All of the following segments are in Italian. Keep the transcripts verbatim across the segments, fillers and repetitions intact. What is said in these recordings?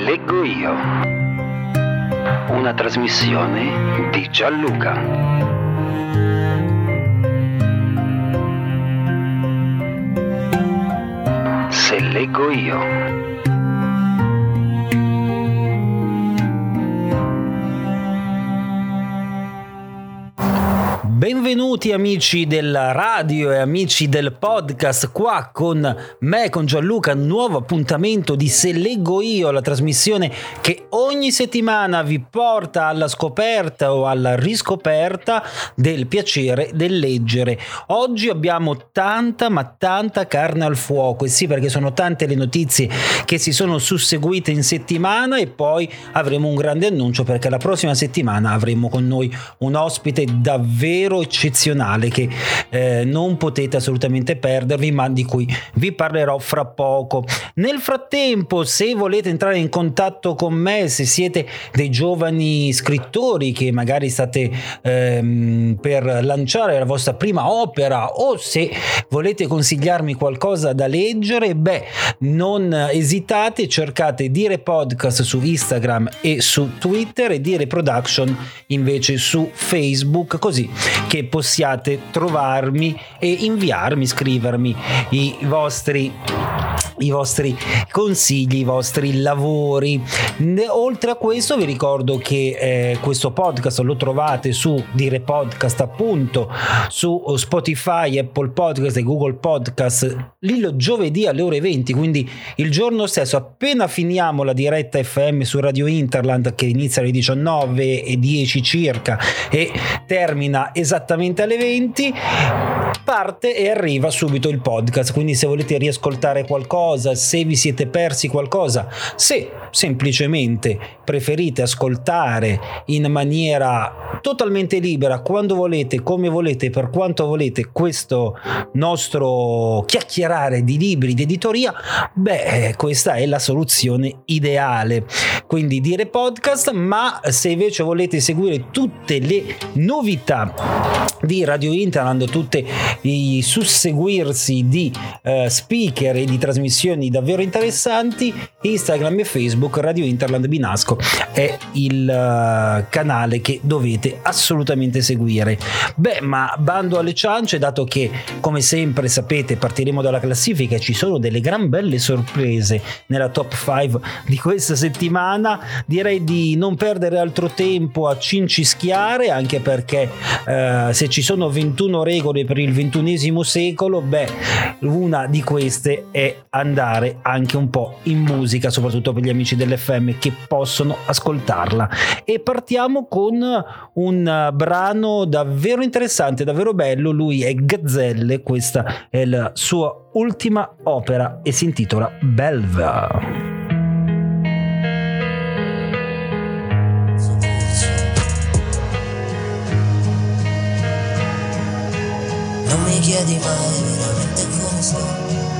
leggo io. Una trasmissione di Gianluca. Se leggo io. Benvenuti amici della radio e amici del podcast, qua con me, con Gianluca, nuovo appuntamento di Se leggo io, la trasmissione che ogni settimana vi porta alla scoperta o alla riscoperta del piacere del leggere. Oggi abbiamo tanta ma tanta carne al fuoco, e sì, perché sono tante le notizie che si sono susseguite in settimana, e poi avremo un grande annuncio perché la prossima settimana avremo con noi un ospite davvero eccezionale che eh, non potete assolutamente perdervi, ma di cui vi parlerò fra poco. Nel frattempo, se volete entrare in contatto con me, se siete dei giovani scrittori che magari state ehm, per lanciare la vostra prima opera, o se volete consigliarmi qualcosa da leggere, beh, non esitate, cercate Dire Podcast su Instagram e su Twitter e Dire Production invece su Facebook, così che possiate trovarmi e inviarmi, scrivermi i vostri i vostri consigli, i vostri lavori. Oltre a questo vi ricordo che eh, questo podcast lo trovate su Dire Podcast, appunto, su Spotify, Apple Podcast e Google Podcast il giovedì alle ore venti, quindi il giorno stesso appena finiamo la diretta F M su Radio Interland, che inizia alle diciannove e dieci circa e termina esattamente alle venti, parte e arriva subito il podcast. Quindi se volete riascoltare qualcosa, se vi siete persi qualcosa, se semplicemente preferite ascoltare in maniera totalmente libera, quando volete, come volete, per quanto volete, questo nostro chiacchierare di libri di editoria, beh, questa è la soluzione ideale. Quindi Dire Podcast. Ma se invece volete seguire tutte le novità di Radio Interland, tutte i susseguirsi di uh, speaker e di trasmissioni davvero interessanti, Instagram e Facebook Radio Interland Binasco è il uh, canale che dovete assolutamente seguire. Beh, ma bando alle ciance, dato che come sempre sapete partiremo dalla classifica e ci sono delle gran belle sorprese nella top cinque di questa settimana, direi di non perdere altro tempo a cincischiare, anche perché uh, se ci sono ventuno regole per il ventunesimo secolo, beh, una di queste è andare anche un po' in musica, soprattutto per gli amici dell'F M che possono ascoltarla. E partiamo con un brano davvero interessante, davvero bello. Lui è Gazzelle, questa è la sua ultima opera e si intitola Belva. Non mi chiedi mai veramente come sto.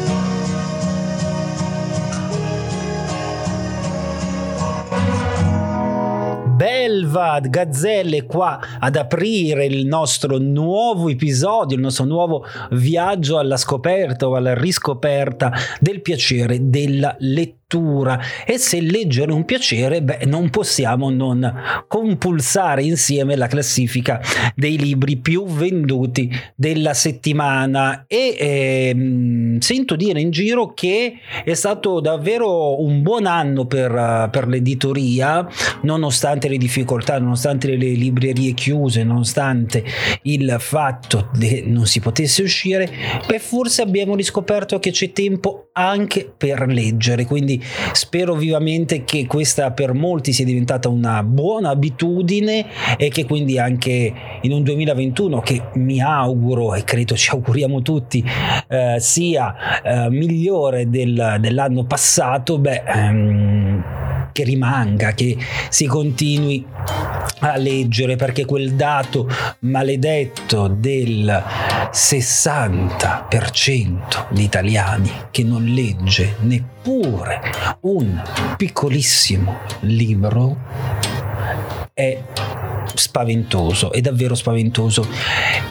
Belva, Gazzelle, qua ad aprire il nostro nuovo episodio, il nostro nuovo viaggio alla scoperta o alla riscoperta del piacere della lettura. E se leggere è un piacere, beh, non possiamo non compulsare insieme la classifica dei libri più venduti della settimana. E ehm, sento dire in giro che è stato davvero un buon anno per, per l'editoria, nonostante le difficoltà, nonostante le librerie chiuse, nonostante il fatto che non si potesse uscire. Beh, forse abbiamo riscoperto che c'è tempo anche per leggere, quindi spero vivamente che questa per molti sia diventata una buona abitudine, e che quindi anche in un duemilaventuno che mi auguro e credo ci auguriamo tutti eh, sia eh, migliore del, dell'anno passato, beh, ehm, che rimanga, che si continui a leggere, perché quel dato maledetto del sessanta per cento di italiani che non legge neppure un piccolissimo libro è spaventoso, è davvero spaventoso.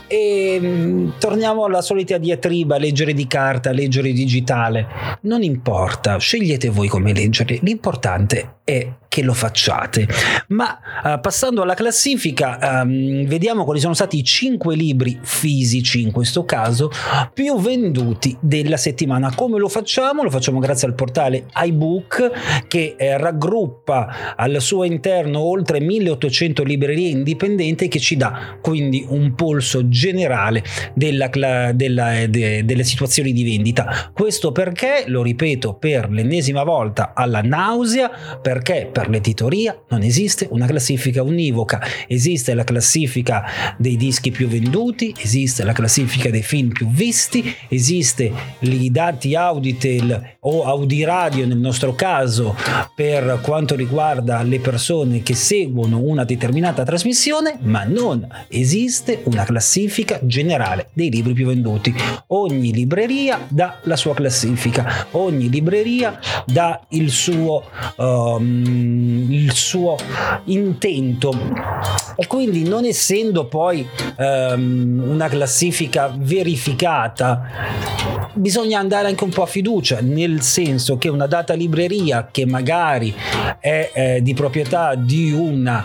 E mh, torniamo alla solita diatriba: leggere di carta, leggere digitale, non importa, scegliete voi come leggere, l'importante è che lo facciate. Ma uh, passando alla classifica, um, vediamo quali sono stati i cinque libri fisici, in questo caso, più venduti della settimana. Come lo facciamo? Lo facciamo grazie al portale iBook, che eh, raggruppa al suo interno oltre milleottocento librerie indipendenti, che ci dà quindi un polso generale della, della, de, delle situazioni di vendita. Questo perché, lo ripeto per l'ennesima volta alla nausea, perché per l'editoria non esiste una classifica univoca. Esiste la classifica dei dischi più venduti, esiste la classifica dei film più visti, esiste i dati Auditel o Audiradio nel nostro caso per quanto riguarda le persone che seguono una determinata trasmissione, ma non esiste una classifica generale dei libri più venduti. Ogni libreria dà la sua classifica, ogni libreria dà il suo um, il suo intento, e quindi, non essendo poi um, una classifica verificata, bisogna andare anche un po' a fiducia, nel senso che una data libreria che magari è eh, di proprietà di una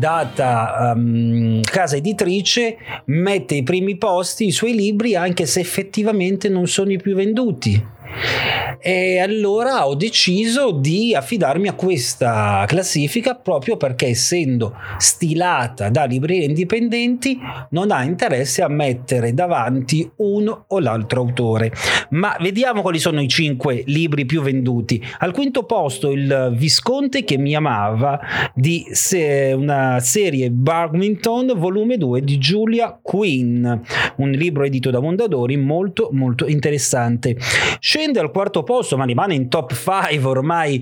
data um, casa editrice mette ai primi posti i suoi libri anche se effettivamente non sono i più venduti. E allora ho deciso di affidarmi a questa classifica, proprio perché, essendo stilata da librerie indipendenti, non ha interesse a mettere davanti uno o l'altro autore. Ma vediamo quali sono i cinque libri più venduti. Al quinto posto il Visconte che mi amava, di se- una serie Barmington volume due di Julia Quinn, un libro edito da Mondadori molto molto interessante. Scende al quarto posto, ma rimane in top cinque ormai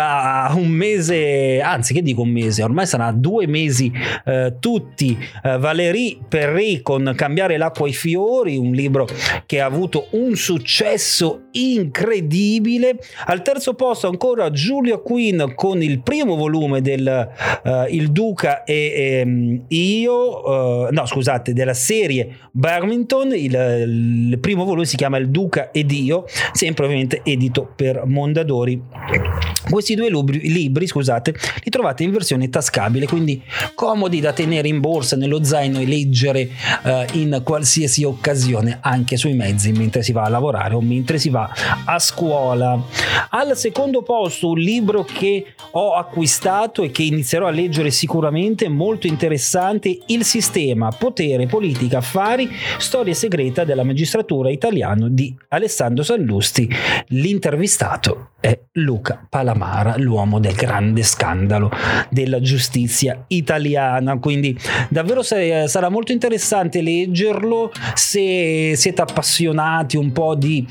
da un mese, anzi che dico un mese, ormai sarà due mesi eh, tutti, eh, Valérie Perry con Cambiare l'acqua ai fiori, un libro che ha avuto un successo incredibile. Al terzo posto ancora Julia Quinn con il primo volume del uh, Il Duca e, e io, uh, no scusate, della serie Barmington. Il, il primo volume si chiama Il Duca ed io, sempre ovviamente edito per Mondadori. Questi due libri, libri scusate, li trovate in versione tascabile, quindi comodi da tenere in borsa, nello zaino, e leggere uh, in qualsiasi occasione, anche sui mezzi, mentre si va a lavorare o mentre si va a scuola. Al secondo posto un libro che ho acquistato e che inizierò a leggere sicuramente, molto interessante: Il sistema, potere, politica, affari, storia segreta della magistratura italiana di Alessandro Sallusti. L'intervistato è Luca Palamara, l'uomo del grande scandalo della giustizia italiana, quindi davvero sarà molto interessante leggerlo se siete appassionati un po' di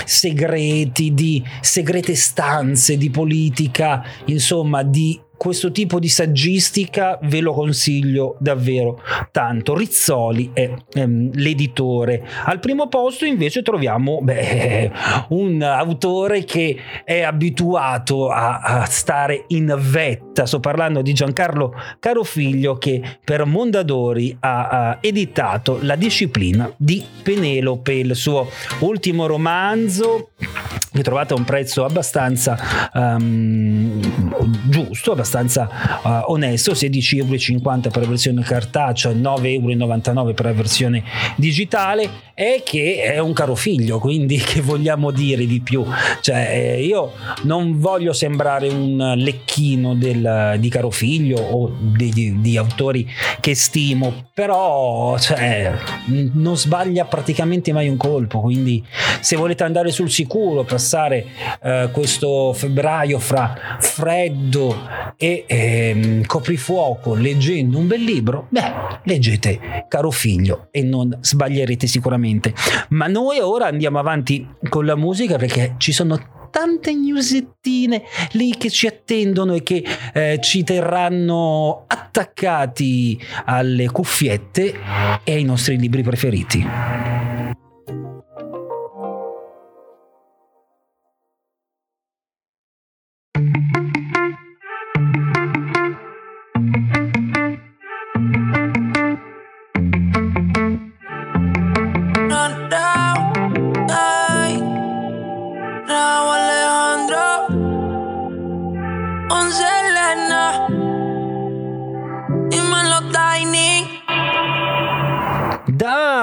segreti, di segrete stanze, di politica, insomma di questo tipo di saggistica. Ve lo consiglio davvero tanto. Rizzoli è ehm, l'editore. Al primo posto invece troviamo beh, un autore che è abituato a, a stare in vetta. Sto parlando di Giancarlo Carofiglio, che per Mondadori ha, ha editato La disciplina di Penelope, il suo ultimo romanzo, che trovate a un prezzo abbastanza um, giusto, abbastanza uh, onesto, sedici virgola cinquanta euro per la versione cartacea, nove virgola novantanove euro per la versione digitale, e che è un Carofiglio, quindi che vogliamo dire di più? Cioè, io non voglio sembrare un lecchino del, di Carofiglio o di, di, di autori che stimo, però cioè, non sbaglia praticamente mai un colpo, quindi se volete andare sul sicuro, passare uh, questo febbraio fra freddo e ehm, coprifuoco leggendo un bel libro, beh, leggete Carofiglio e non sbaglierete sicuramente. Ma noi ora andiamo avanti con la musica, perché ci sono tante newsettine lì che ci attendono e che eh, ci terranno attaccati alle cuffiette e ai nostri libri preferiti.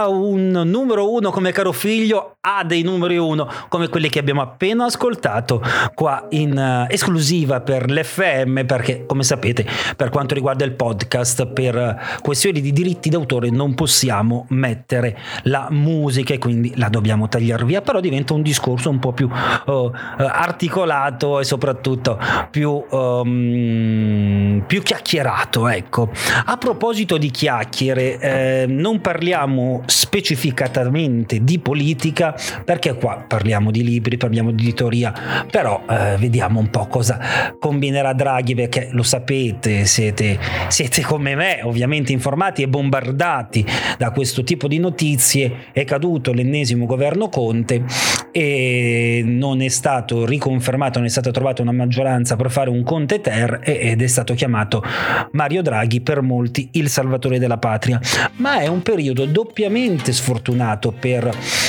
ha un numero uno come Caro Figlio, ha dei numeri uno come quelli che abbiamo appena ascoltato qua in uh, esclusiva per l'F M, perché come sapete per quanto riguarda il podcast per uh, questioni di diritti d'autore non possiamo mettere la musica e quindi la dobbiamo tagliare via, però diventa un discorso un po' più uh, uh, articolato e soprattutto più, um, più chiacchierato, ecco. A proposito di chiacchiere, eh, non parliamo specificatamente di politica perché qua parliamo di libri, parliamo di editoria, però eh, vediamo un po' cosa combinerà Draghi, perché lo sapete, siete, siete come me ovviamente informati e bombardati da questo tipo di notizie. È caduto l'ennesimo governo Conte e non è stato riconfermato, non è stata trovata una maggioranza per fare un Conte ter ed è stato chiamato Mario Draghi, per molti il salvatore della patria, ma è un periodo doppiamente sfortunato per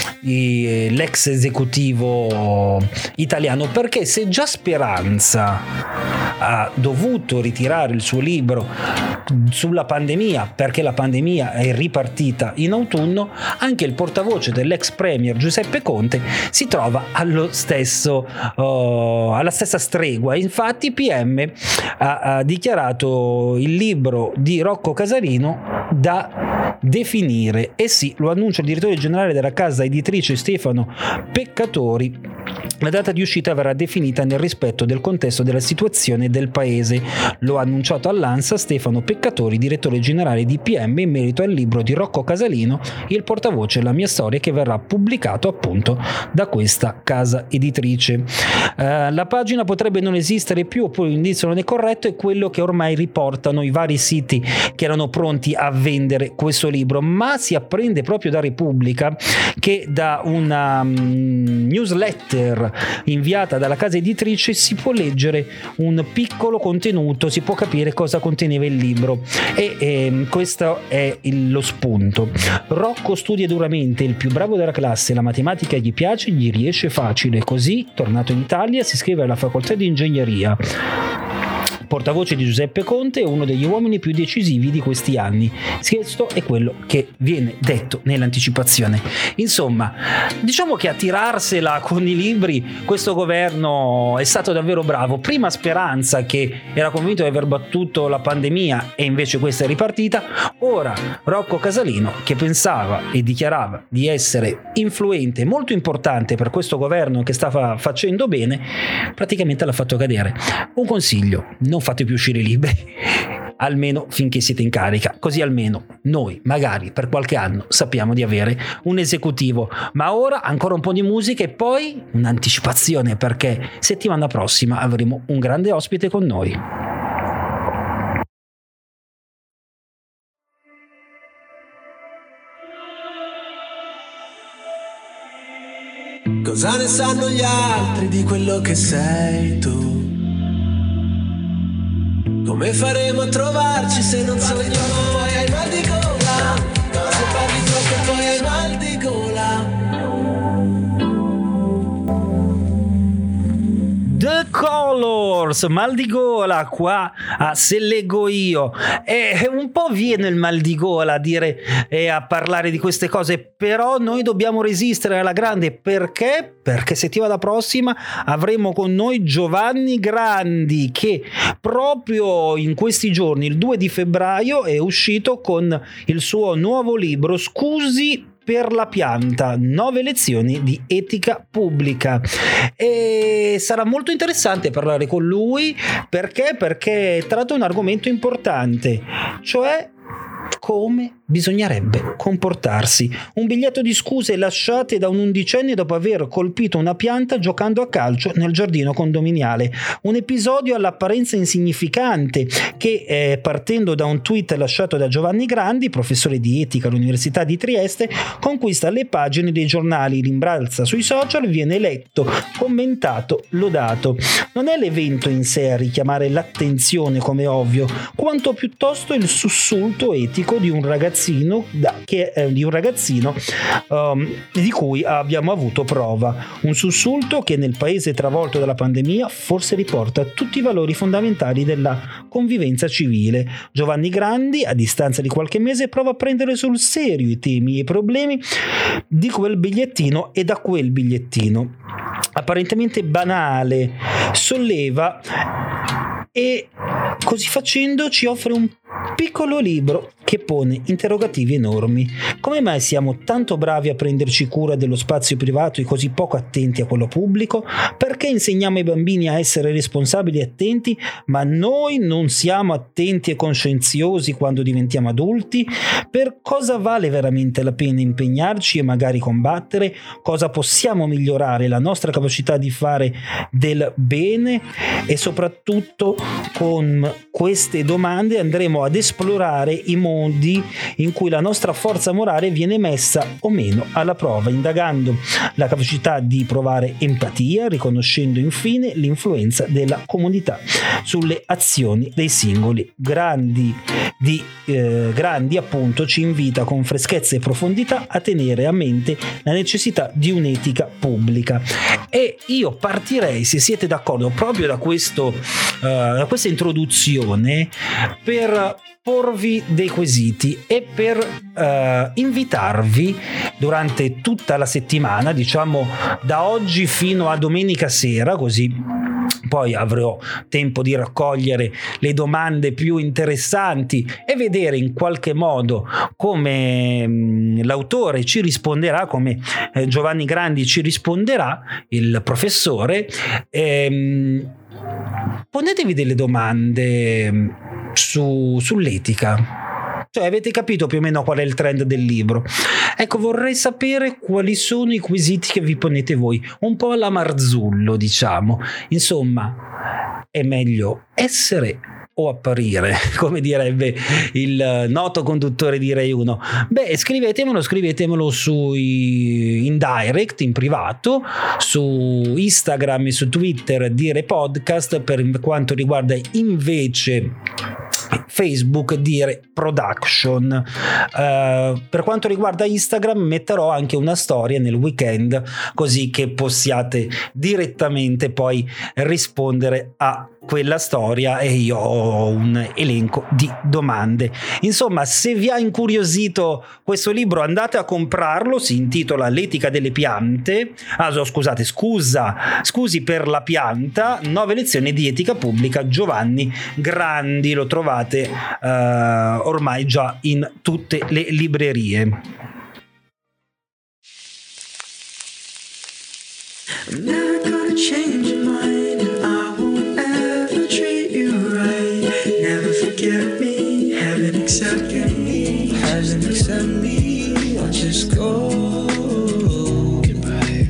i, l'ex esecutivo italiano, perché se già Speranza ha dovuto ritirare il suo libro sulla pandemia perché la pandemia è ripartita in autunno, anche il portavoce dell'ex premier Giuseppe Conte si trova allo stesso uh, alla stessa stregua. Infatti P M ha, ha dichiarato il libro di Rocco Casalino da definire, e sì, lo annuncia il direttore generale della casa editrice Stefano Peccatori. La data di uscita verrà definita nel rispetto del contesto della situazione del paese. Lo ha annunciato all'ANSA Stefano Peccatori, direttore generale di P M, in merito al libro di Rocco Casalino, il portavoce La mia storia, che verrà pubblicato appunto da questa casa editrice. Uh, la pagina potrebbe non esistere più, oppure l'indizio non è corretto, è quello che ormai riportano i vari siti che erano pronti a vendere questo libro, ma si apprende proprio da Repubblica che da una um, newsletter inviata dalla casa editrice si può leggere un piccolo contenuto, si può capire cosa conteneva il libro e eh, questo è il, lo spunto. Rocco studia duramente, il più bravo della classe, la matematica gli piace, gli riesce facile, così tornato in Italia si iscrive alla facoltà di ingegneria. Portavoce di Giuseppe Conte, è uno degli uomini più decisivi di questi anni. Questo è quello che viene detto nell'anticipazione. Insomma, diciamo che a tirarsela con i libri questo governo è stato davvero bravo. Prima Speranza, che era convinto di aver battuto la pandemia e invece questa è ripartita. Ora Rocco Casalino, che pensava e dichiarava di essere influente, molto importante per questo governo che stava facendo bene, praticamente l'ha fatto cadere. Un consiglio: non fate più uscire i libri, almeno finché siete in carica, così almeno noi magari per qualche anno sappiamo di avere un esecutivo. Ma ora ancora un po' di musica e poi un'anticipazione, perché settimana prossima avremo un grande ospite con noi. Cosa ne sanno gli altri di quello che sei tu? Come faremo a trovarci se non sogniamo? Poi hai mal di gola, se parli troppo poi hai mal di gola. The Colors, mal di gola qua a Se leggo io, e un po' viene il mal di gola a dire e a parlare di queste cose, però noi dobbiamo resistere alla grande. Perché? Perché settimana prossima avremo con noi Giovanni Grandi, che proprio in questi giorni, il due di febbraio, è uscito con il suo nuovo libro Scusi per la pianta, nove lezioni di etica pubblica, e sarà molto interessante parlare con lui. Perché? Perché tratta un argomento importante, cioè come bisognerebbe comportarsi. Un biglietto di scuse lasciate da un undicenne dopo aver colpito una pianta giocando a calcio nel giardino condominiale. Un episodio all'apparenza insignificante che, eh, partendo da un tweet lasciato da Giovanni Grandi, professore di etica all'Università di Trieste, conquista le pagine dei giornali, rimbalza sui social, viene letto, commentato, lodato. Non è l'evento in sé a richiamare l'attenzione, come ovvio, quanto piuttosto il sussulto etico fisico di un ragazzino da, che, eh, di un ragazzino um, di cui abbiamo avuto prova. Un sussulto che nel paese travolto dalla pandemia forse riporta tutti i valori fondamentali della convivenza civile. Giovanni Grandi, a distanza di qualche mese, prova a prendere sul serio i temi e i problemi di quel bigliettino, e da quel bigliettino apparentemente banale solleva, e così facendo ci offre un piccolo libro che pone interrogativi enormi. Come mai siamo tanto bravi a prenderci cura dello spazio privato e così poco attenti a quello pubblico? Perché insegniamo ai bambini a essere responsabili e attenti, ma noi non siamo attenti e coscienziosi quando diventiamo adulti? Per cosa vale veramente la pena impegnarci e magari combattere? Cosa possiamo migliorare? La nostra capacità di fare del bene? E soprattutto con queste domande andremo ad esplorare i modi in cui la nostra forza morale viene messa o meno alla prova, indagando la capacità di provare empatia, riconoscendo infine l'influenza della comunità sulle azioni dei singoli. Grandi di eh, Grandi appunto ci invita con freschezza e profondità a tenere a mente la necessità di un'etica pubblica. E io partirei, se siete d'accordo, proprio da questo uh, da questa introduzione per porvi dei quesiti e per uh, invitarvi durante tutta la settimana, diciamo da oggi fino a domenica sera, così poi avrò tempo di raccogliere le domande più interessanti e vedere in qualche modo come mh, l'autore ci risponderà, come eh, Giovanni Grandi ci risponderà, il professore. Ehm, ponetevi delle domande su, sull'etica. Cioè, avete capito più o meno qual è il trend del libro? Ecco, vorrei sapere quali sono i quesiti che vi ponete voi, un po' alla Marzullo, diciamo. Insomma, è meglio essere o apparire, come direbbe il noto conduttore di Rai uno. Beh, scrivetemelo, scrivetemelo su in direct, in privato, su Instagram e su Twitter dire podcast. Per quanto riguarda invece Facebook, dire production. Uh, per quanto riguarda Instagram metterò anche una storia nel weekend, così che possiate direttamente poi rispondere a quella storia e io ho un elenco di domande. Insomma, se vi ha incuriosito questo libro, andate a comprarlo. Si intitola L'etica delle piante. Ah, no, scusate, scusa, scusi per la pianta, nove lezioni di etica pubblica, Giovanni Grandi. Lo trovate uh, ormai già in tutte le librerie. I'm never gonna change your mind, and I won't ever treat you right. Never forget me, heaven accepted me, heaven accept me, I'll just go. Goodbye.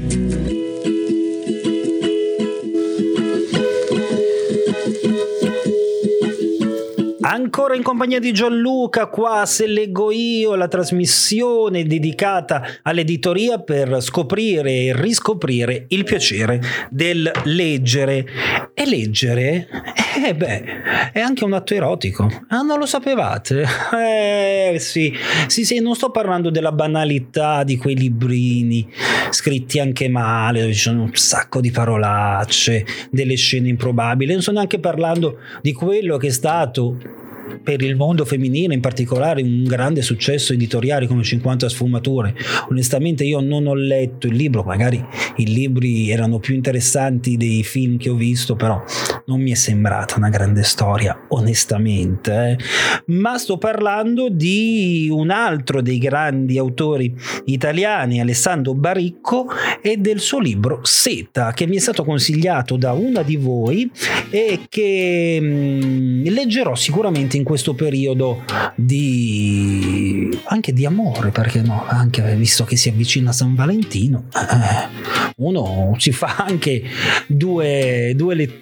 Ancora in compagnia di Gianluca, qua Se Leggo Io, la trasmissione dedicata all'editoria per scoprire e riscoprire il piacere del leggere. E leggere, eh beh, è anche un atto erotico. Ah, non lo sapevate? Eh sì, sì, sì, non sto parlando della banalità di quei librini scritti anche male, dove ci sono un sacco di parolacce, delle scene improbabili. Non sto neanche parlando di quello che è stato per il mondo femminile in particolare un grande successo editoriale come cinquanta sfumature. Onestamente io non ho letto il libro, magari i libri erano più interessanti dei film che ho visto, però non mi è sembrata una grande storia onestamente, eh. Ma sto parlando di un altro dei grandi autori italiani, Alessandro Baricco, e del suo libro Seta, che mi è stato consigliato da una di voi e che mh, leggerò sicuramente in questo periodo di anche di amore, perché no, anche visto che si avvicina San Valentino, eh, uno si fa anche due, due letture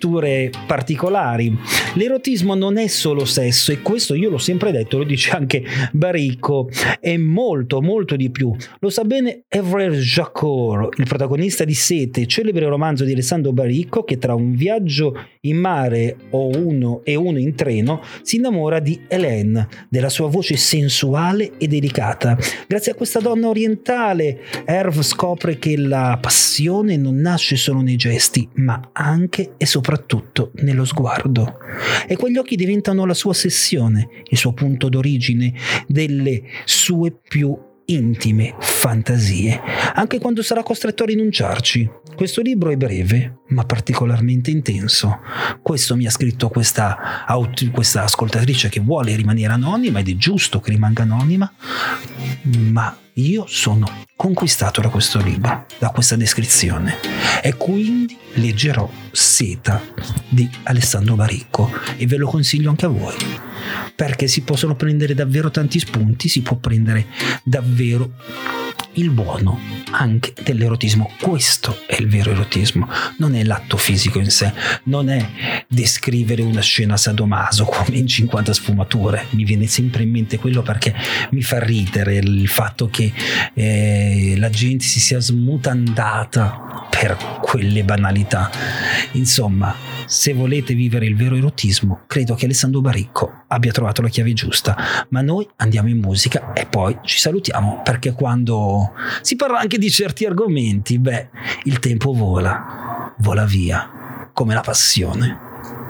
particolari. L'erotismo non è solo sesso, e questo io l'ho sempre detto, lo dice anche Baricco, è molto molto di più. Lo sa bene Everett Jacquot, il protagonista di Sete, celebre romanzo di Alessandro Baricco, che tra un viaggio in mare o uno e uno in treno si innamora di Hélène, della sua voce sensuale e delicata. Grazie a questa donna orientale, Herve scopre che la passione non nasce solo nei gesti, ma anche e soprattutto nello sguardo. E quegli occhi diventano la sua ossessione, il suo punto d'origine delle sue più intime fantasie, anche quando sarà costretto a rinunciarci. Questo libro è breve, ma particolarmente intenso. Questo mi ha scritto questa, questa ascoltatrice che vuole rimanere anonima, ed è giusto che rimanga anonima, ma io sono conquistato da questo libro, da questa descrizione, e quindi leggerò Seta di Alessandro Baricco, e ve lo consiglio anche a voi, perché si possono prendere davvero tanti spunti, si può prendere davvero il buono anche dell'erotismo. Questo è il vero erotismo, non è l'atto fisico in sé, non è descrivere una scena sadomaso come in cinquanta sfumature. Mi viene sempre in mente quello perché mi fa ridere il fatto che eh, la gente si sia smutandata per quelle banalità. Insomma, se volete vivere il vero erotismo, credo che Alessandro Baricco abbia trovato la chiave giusta. Ma noi andiamo in musica e poi ci salutiamo, perché quando si parla anche di certi argomenti, beh, il tempo vola, vola via, come la passione.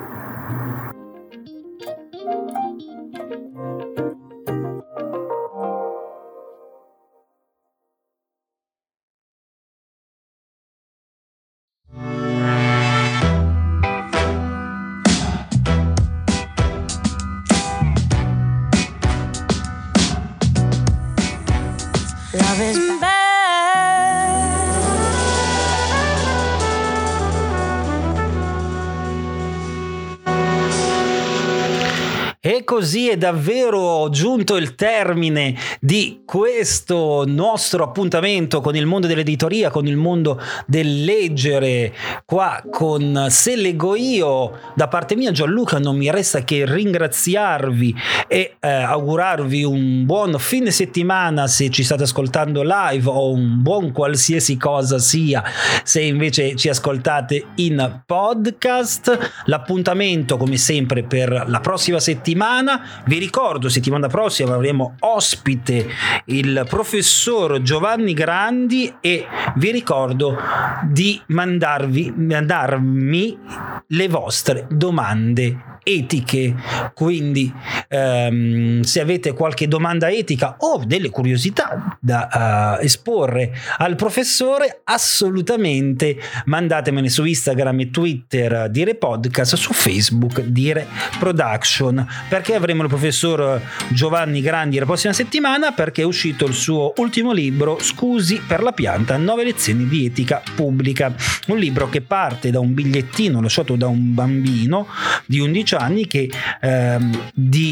Love is bad. E così è davvero giunto il termine di questo nostro appuntamento con il mondo dell'editoria, con il mondo del leggere, qua con Se leggo io. Da parte mia, Gianluca, non mi resta che ringraziarvi e eh, augurarvi un buon fine settimana se ci state ascoltando live, o un buon qualsiasi cosa sia se invece ci ascoltate in podcast. L'appuntamento come sempre per la prossima settimana. Vi ricordo, settimana prossima avremo ospite il professor Giovanni Grandi, e vi ricordo di mandarvi mandarmi le vostre domande etiche. Quindi ehm, se avete qualche domanda etica o delle curiosità da uh, esporre al professore, assolutamente mandatemene su Instagram e Twitter Dire Podcast, su Facebook Dire Production, perché avremo il professor Giovanni Grandi la prossima settimana, perché è uscito il suo ultimo libro, Scusi per la pianta, nove lezioni di etica pubblica, un libro che parte da un bigliettino lasciato da un bambino di undici anni che ehm,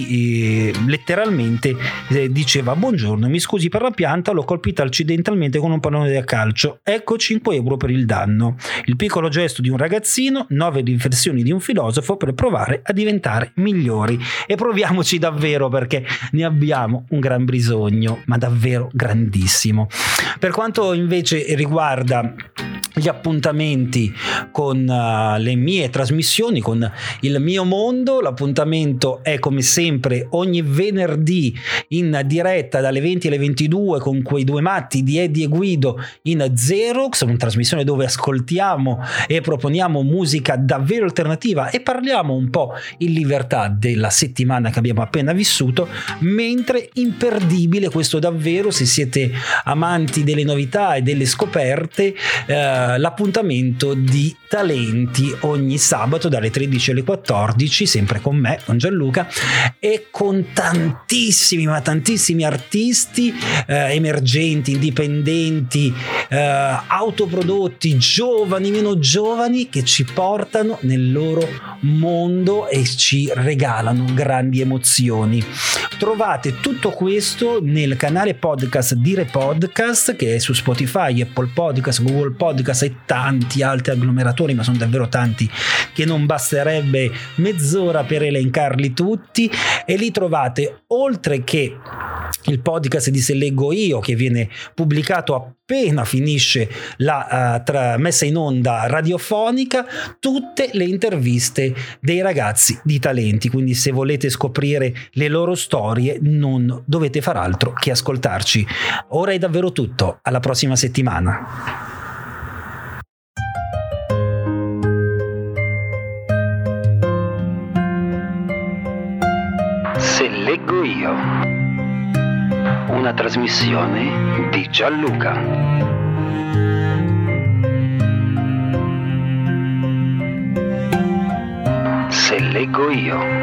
di, eh, letteralmente eh, diceva: buongiorno, mi scusi per la pianta, l'ho colpita accidentalmente con un pallone da calcio, ecco cinque euro per il danno. Il piccolo gesto di un ragazzino, nove riflessioni di un filosofo per provare a diventare migliori. E proviamoci davvero, perché ne abbiamo un gran bisogno, ma davvero grandissimo. Per quanto invece riguarda gli appuntamenti con uh, le mie trasmissioni, con il mio mondo, l'appuntamento è come sempre ogni venerdì in diretta dalle venti alle ventidue con quei due matti di Eddie e Guido in Xerox, una trasmissione dove ascoltiamo e proponiamo musica davvero alternativa e parliamo un po' in libertà della settimana che abbiamo appena vissuto, mentre imperdibile questo davvero, se siete amanti delle novità e delle scoperte, eh, l'appuntamento di Talenti ogni sabato dalle tredici alle quattordici, sempre con me, con Gianluca, e con tantissimi ma tantissimi artisti eh, emergenti, indipendenti, eh, autoprodotti, giovani, meno giovani, che ci portano nel loro mondo e ci regalano grandi emozioni. Trovate tutto questo nel canale podcast Dire Podcast, che è su Spotify, Apple Podcast, Google Podcast Podcast e tanti altri agglomeratori, ma sono davvero tanti che non basterebbe mezz'ora per elencarli tutti, e li trovate, oltre che il podcast di Se Leggo Io, che viene pubblicato appena finisce la uh, tra, messa in onda radiofonica, tutte le interviste dei ragazzi di Talenti. Quindi se volete scoprire le loro storie non dovete far altro che ascoltarci. Ora è davvero tutto, alla prossima settimana. Se Leggo Io, una trasmissione di Gianluca. Se Leggo Io.